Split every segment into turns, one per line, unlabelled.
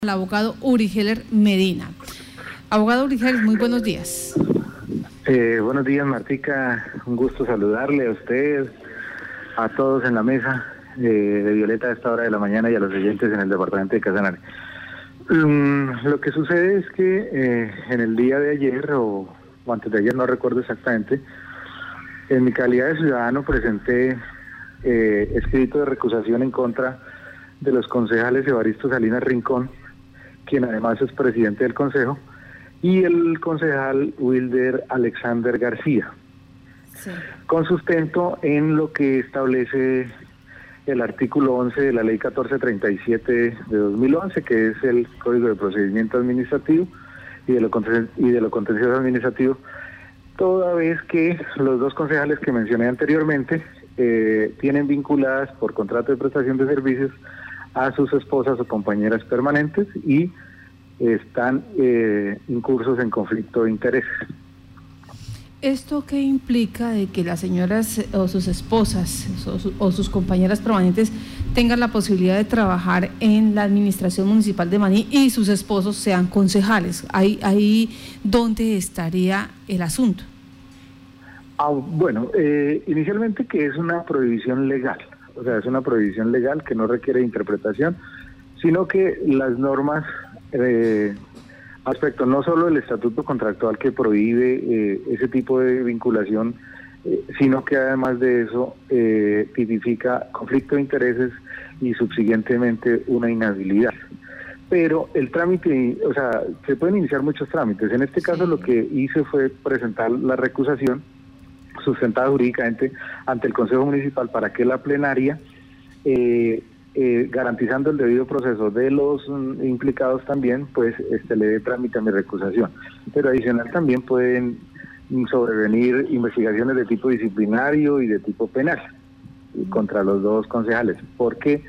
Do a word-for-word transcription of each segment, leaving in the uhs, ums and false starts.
El abogado Uri Geller Medina. Abogado Uri Geller, muy buenos días.
Eh, buenos días, Martica. Un gusto saludarle a usted, a todos en la mesa eh, de Violeta a esta hora de la mañana y a los oyentes en el departamento de Casanare. Um, lo que sucede es que eh, en el día de ayer, o, o antes de ayer, no recuerdo exactamente, en mi calidad de ciudadano presenté eh, escrito de recusación en contra de los concejales Evaristo Salinas Rincón, quien además es presidente del consejo, y el concejal Wilder Alexander García, sí, con sustento en lo que establece el artículo once de la ley catorce treinta y siete de dos mil once, que es el Código de Procedimiento Administrativo y de lo, y de lo contencioso administrativo, toda vez que los dos concejales que mencioné anteriormente eh, tienen vinculadas por contrato de prestación de servicios a sus esposas o compañeras permanentes y están eh, incursos en conflicto de intereses.
¿Esto qué implica de que las señoras o sus esposas o, su, o sus compañeras permanentes tengan la posibilidad de trabajar en la administración municipal de Maní y sus esposos sean concejales? Ahí, ahí ¿dónde estaría el asunto?
Ah, bueno, eh, inicialmente que es una prohibición legal. O sea, es una prohibición legal que no requiere interpretación, sino que las normas, eh, aspecto no solo el estatuto contractual que prohíbe eh, ese tipo de vinculación, eh, sino que además de eso eh, tipifica conflicto de intereses y subsiguientemente una inhabilidad. Pero el trámite, o sea, se pueden iniciar muchos trámites. En este caso lo que hice fue presentar la recusación sustentada jurídicamente ante el Consejo Municipal para que la plenaria, eh, eh, garantizando el debido proceso de los um, implicados también, pues este le dé trámite a mi recusación. Pero adicional también pueden sobrevenir investigaciones de tipo disciplinario y de tipo penal contra los dos concejales, porque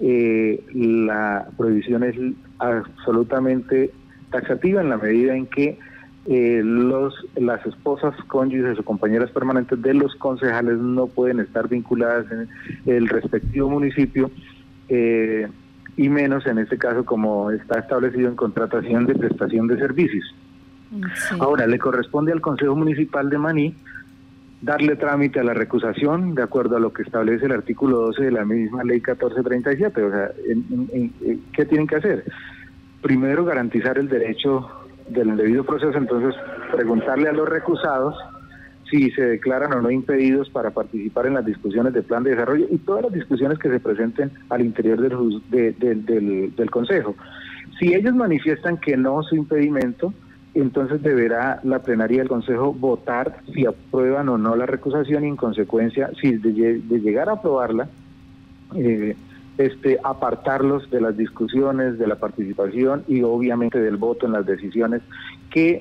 eh, la prohibición es absolutamente taxativa en la medida en que Eh, los las esposas, cónyuges o compañeras permanentes de los concejales no pueden estar vinculadas en el respectivo municipio, eh, y menos en este caso como está establecido en contratación de prestación de servicios. Sí. Ahora, le corresponde al Consejo Municipal de Maní darle trámite a la recusación de acuerdo a lo que establece el artículo doce de la misma ley catorce treinta y siete. O sea, en, en, en, ¿qué tienen que hacer? Primero, garantizar el derecho del debido proceso, entonces preguntarle a los recusados si se declaran o no impedidos para participar en las discusiones de plan de desarrollo y todas las discusiones que se presenten al interior del, de, de, del, del Consejo. Si ellos manifiestan que no su impedimento, entonces deberá la plenaria del Consejo votar si aprueban o no la recusación y en consecuencia, si de, de llegar a aprobarla, eh, Este, apartarlos de las discusiones, de la participación y obviamente del voto en las decisiones que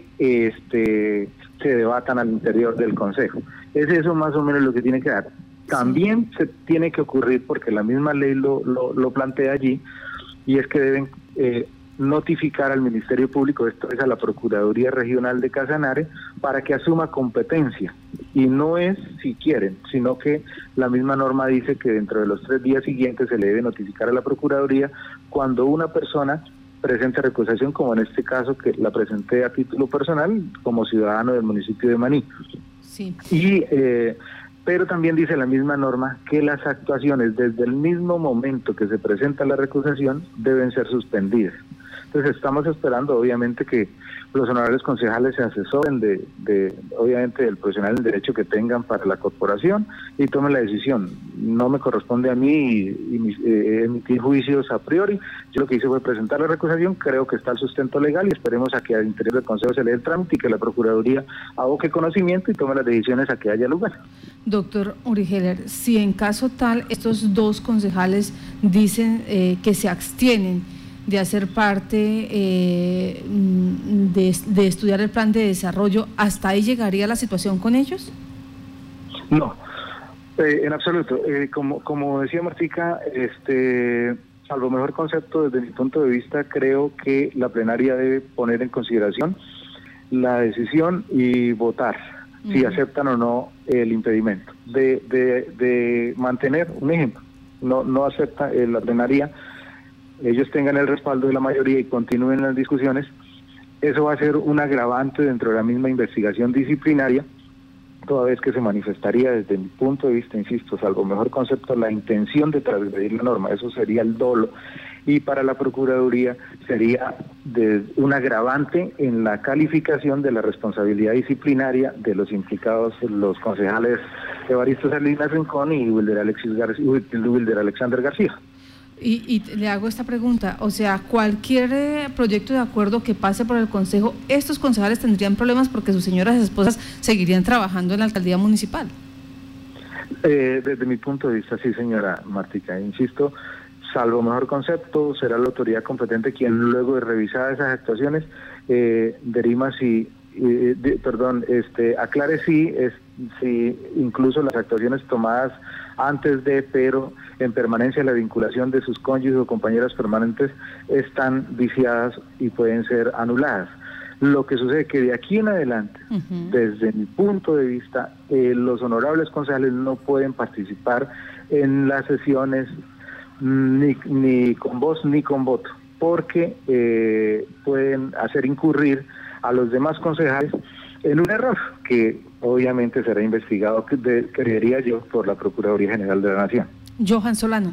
este, se debatan al interior del Consejo. Es eso más o menos lo que tiene que dar. También se tiene que ocurrir, porque la misma ley lo, lo, lo plantea allí, y es que deben eh, notificar al Ministerio Público, esto es a la Procuraduría Regional de Casanare, para que asuma competencia. Y no es si quieren, sino que la misma norma dice que dentro de los tres días siguientes se le debe notificar a la Procuraduría cuando una persona presente recusación, como en este caso que la presenté a título personal como ciudadano del municipio de Maní. Sí. Y eh, pero también dice la misma norma que las actuaciones desde el mismo momento que se presenta la recusación deben ser suspendidas. Entonces estamos esperando obviamente que los honorables concejales se asesoren de, de obviamente del profesional en derecho que tengan para la corporación y tomen la decisión. No me corresponde a mí y, y, eh, emitir juicios a priori. Yo lo que hice fue presentar la recusación, creo que está el sustento legal y esperemos a que al interior del Consejo se le dé el trámite y que la Procuraduría aboque conocimiento y tome las decisiones a que haya lugar.
Doctor Uri Geller, si en caso tal estos dos concejales dicen eh, que se abstienen de hacer parte eh, de, de estudiar el plan de desarrollo, ¿hasta ahí llegaría la situación con ellos?
No, eh, en absoluto. Eh, como, como decía Martica, este, a lo mejor concepto desde mi punto de vista, creo que la plenaria debe poner en consideración la decisión y votar uh-huh. si aceptan o no el impedimento. De, de, de mantener, un ejemplo, no, no acepta eh, la plenaria ellos tengan el respaldo de la mayoría y continúen las discusiones, eso va a ser un agravante dentro de la misma investigación disciplinaria, toda vez que se manifestaría desde mi punto de vista, insisto, salvo mejor concepto, la intención de transgredir la norma. Eso sería el dolo, y para la Procuraduría sería de un agravante en la calificación de la responsabilidad disciplinaria de los implicados, los concejales Evaristo Salinas Rincón y Wilder, Alexis García, Wilder Alexander García.
Y, y le hago esta pregunta, o sea, cualquier eh, proyecto de acuerdo que pase por el Consejo, estos concejales tendrían problemas porque sus señoras esposas seguirían trabajando en la alcaldía municipal.
Eh, desde mi punto de vista, sí, señora Martica, insisto, salvo mejor concepto, será la autoridad competente quien luego de revisar esas actuaciones eh, derima si, eh, de, perdón, este, aclare si, es, si incluso las actuaciones tomadas antes de, pero en permanencia la vinculación de sus cónyuges o compañeras permanentes están viciadas y pueden ser anuladas. Lo que sucede es que de aquí en adelante, uh-huh. desde mi punto de vista, eh, los honorables concejales no pueden participar en las sesiones ni, ni con voz ni con voto, porque eh, pueden hacer incurrir a los demás concejales en un error que obviamente será investigado, de, creería yo, por la Procuraduría General de la Nación.
Johan Solano.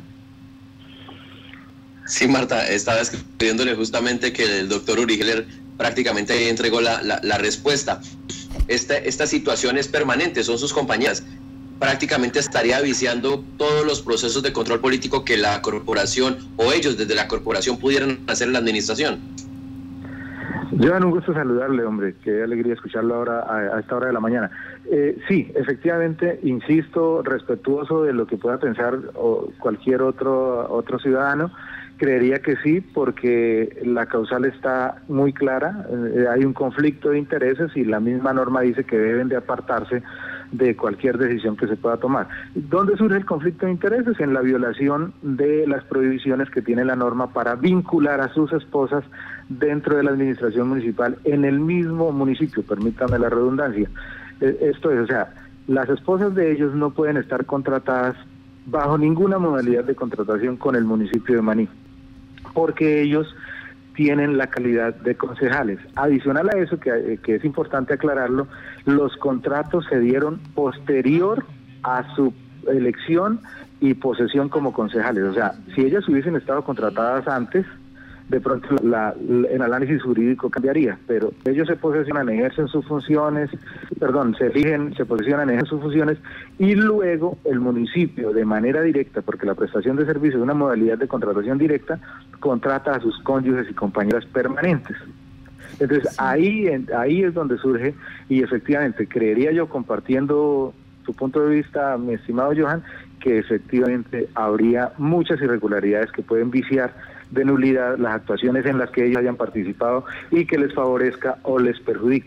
Sí, Marta, estaba escribiéndole justamente que el doctor Uri Geller prácticamente entregó la, la, la respuesta. Esta, esta situación es permanente, son sus compañías. Prácticamente estaría viciando todos los procesos de control político que la corporación o ellos desde la corporación pudieran hacer en la administración.
Johan, un gusto saludarle, hombre, qué alegría escucharlo ahora a, a esta hora de la mañana. Eh, sí, efectivamente, insisto, respetuoso de lo que pueda pensar o cualquier otro otro ciudadano, creería que sí, porque la causal está muy clara, eh, hay un conflicto de intereses y la misma norma dice que deben de apartarse de cualquier decisión que se pueda tomar. ¿Dónde surge el conflicto de intereses? En la violación de las prohibiciones que tiene la norma para vincular a sus esposas dentro de la administración municipal en el mismo municipio, permítame la redundancia. Esto es, o sea, las esposas de ellos no pueden estar contratadas bajo ninguna modalidad de contratación con el municipio de Maní, porque ellos tienen la calidad de concejales. Adicional a eso, que, que es importante aclararlo, los contratos se dieron posterior a su elección y posesión como concejales. O sea, si ellas hubiesen estado contratadas antes, de pronto la, la, el análisis jurídico cambiaría, pero ellos se posesionan, ejercen sus funciones, perdón, se eligen, se posesionan, ejercen sus funciones, y luego el municipio de manera directa, porque la prestación de servicio es una modalidad de contratación directa, contrata a sus cónyuges y compañeras permanentes. Entonces sí. ahí, ahí es donde surge, y efectivamente creería yo, compartiendo tu punto de vista, mi estimado Johan, que efectivamente habría muchas irregularidades que pueden viciar de nulidad las actuaciones en las que ellos hayan participado y que les favorezca o les perjudique.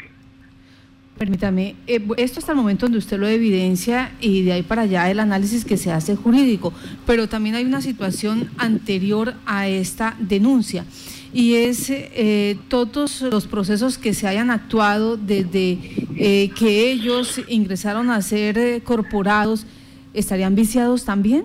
Permítame, eh, esto hasta el momento donde usted lo evidencia y de ahí para allá el análisis que se hace jurídico, pero también hay una situación anterior a esta denuncia y es eh, todos los procesos que se hayan actuado desde eh, que ellos ingresaron a ser eh, corporados, ¿estarían viciados también?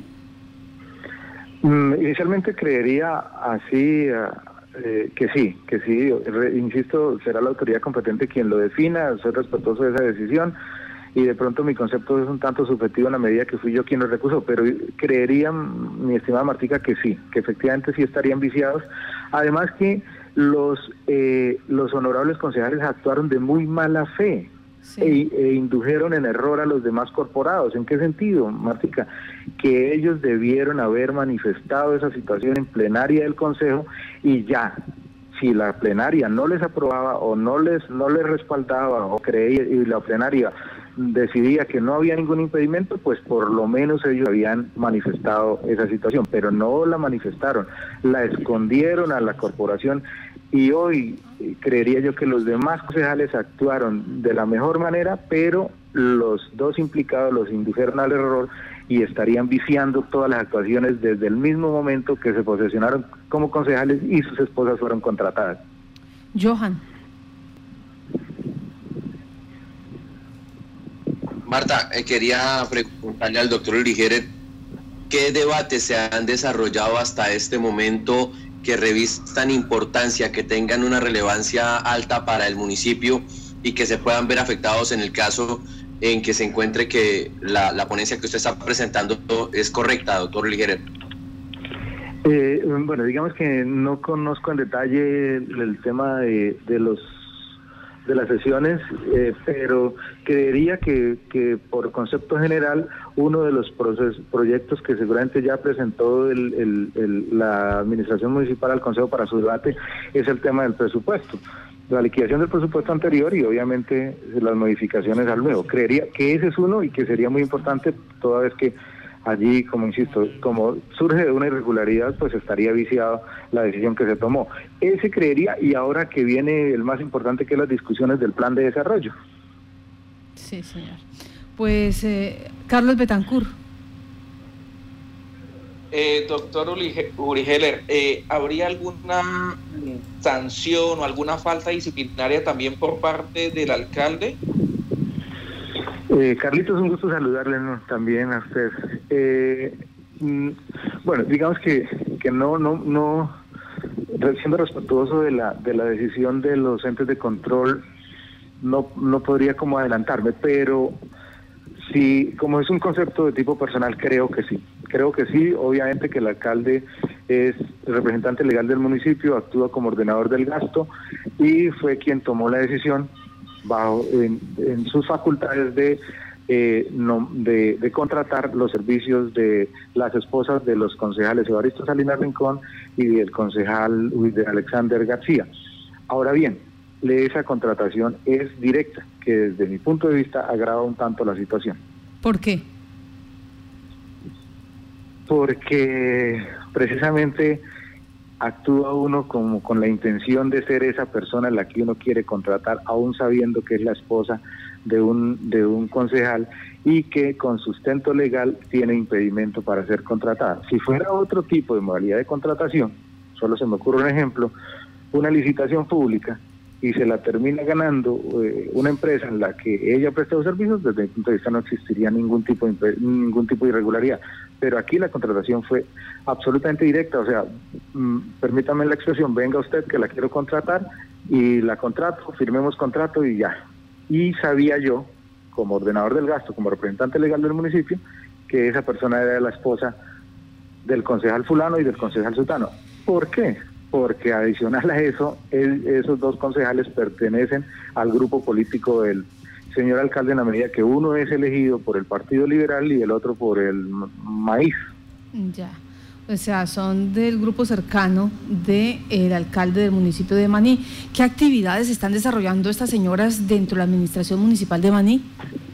Mm, inicialmente creería así eh, que sí, que sí, Re, insisto, será la autoridad competente quien lo defina, soy respetuoso de esa decisión y de pronto mi concepto es un tanto subjetivo en la medida que fui yo quien lo recusó, pero creería, mi estimada Martica, que sí, que efectivamente sí estarían viciados, además que los, eh, los honorables concejales actuaron de muy mala fe. Sí. E, e indujeron en error a los demás corporados. ¿En qué sentido, Martica? Que ellos debieron haber manifestado esa situación en plenaria del Consejo y ya, si la plenaria no les aprobaba o no les no les respaldaba o creía y la plenaria decidía que no había ningún impedimento, pues por lo menos ellos habían manifestado esa situación, pero no la manifestaron, la escondieron a la corporación. Y hoy creería yo que los demás concejales actuaron de la mejor manera, pero los dos implicados los indujeron al error y estarían viciando todas las actuaciones desde el mismo momento que se posesionaron como concejales y sus esposas fueron contratadas.
Johan.
Marta, eh, quería preguntarle al doctor Uri Geller qué debates se han desarrollado hasta este momento que revistan importancia, que tengan una relevancia alta para el municipio y que se puedan ver afectados en el caso en que se encuentre que la, la ponencia que usted está presentando es correcta, doctor Urígeler?
Eh, bueno, digamos que no conozco en detalle el tema de, de los de las sesiones, eh, pero creería que, que por concepto general uno de los proces, proyectos que seguramente ya presentó el, el, el, la administración municipal al Consejo para su debate es el tema del presupuesto, la liquidación del presupuesto anterior y obviamente las modificaciones al nuevo. Creería que ese es uno y que sería muy importante toda vez que allí, como insisto, como surge de una irregularidad, pues estaría viciada la decisión que se tomó. Ese creería, y ahora que viene el más importante, que es las discusiones del plan de desarrollo.
Sí, señor. Pues, eh, Carlos Betancur.
Eh, doctor Urígeler, eh, ¿habría alguna sanción o alguna falta disciplinaria también por parte del alcalde?
Eh, Carlitos, un gusto saludarle, ¿no?, también a usted. Eh, mm, bueno, digamos que, que no, no, no, siendo respetuoso de la, de la decisión de los entes de control, no, no podría como adelantarme, pero sí, como es un concepto de tipo personal, creo que sí. Creo que sí, obviamente que el alcalde es el representante legal del municipio, actúa como ordenador del gasto y fue quien tomó la decisión bajo en, en sus facultades de, eh, no, de de contratar los servicios de las esposas de los concejales Evaristo Salinas Rincón y del concejal de Alexander García. Ahora bien, esa contratación es directa, que desde mi punto de vista agrava un tanto la situación.
¿Por qué?
Porque precisamente actúa uno como con la intención de ser esa persona a la que uno quiere contratar, aún sabiendo que es la esposa de un de un concejal y que con sustento legal tiene impedimento para ser contratada. Si fuera otro tipo de modalidad de contratación, solo se me ocurre un ejemplo, una licitación pública y se la termina ganando eh, una empresa en la que ella presta los servicios, desde mi punto de vista no existiría ningún tipo de ningún tipo de irregularidad. Pero aquí la contratación fue absolutamente directa, o sea, mm, permítame la expresión, venga usted que la quiero contratar y la contrato, firmemos contrato y ya. Y sabía yo, como ordenador del gasto, como representante legal del municipio, que esa persona era la esposa del concejal fulano y del concejal sutano. ¿Por qué? Porque adicional a eso, el, esos dos concejales pertenecen al grupo político del señor alcalde en la medida que uno es elegido por el Partido Liberal y el otro por el Maíz.
Ya, o sea, son del grupo cercano del alcalde del municipio de Maní. ¿Qué actividades están desarrollando estas señoras dentro de la administración municipal de Maní?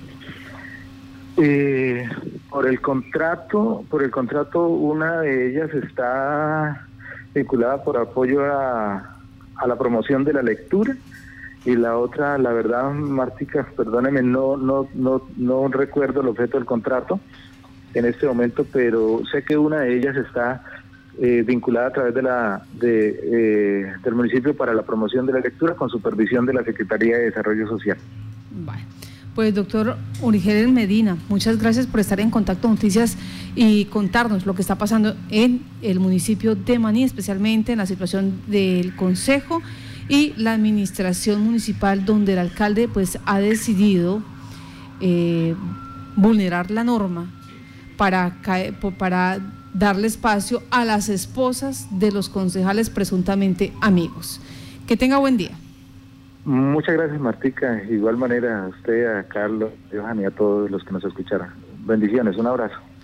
Eh, por el contrato, por el contrato, una de ellas está vinculada por apoyo a, a la promoción de la lectura y la otra, la verdad, Martica, perdóneme, no, no, no, no recuerdo el objeto del contrato en este momento, pero sé que una de ellas está eh, vinculada a través de la de, eh, del municipio para la promoción de la lectura con supervisión de la Secretaría de Desarrollo Social.
Bueno, pues doctor Urígeler Medina, muchas gracias por estar en Contacto Noticias y contarnos lo que está pasando en el municipio de Maní, especialmente en la situación del Consejo y la administración municipal, donde el alcalde pues ha decidido eh, vulnerar la norma para, para darle espacio a las esposas de los concejales presuntamente amigos. Que tenga buen día.
Muchas gracias, Martica. De igual manera a usted, a Carlos, a Johan y a todos los que nos escucharon. Bendiciones, un abrazo.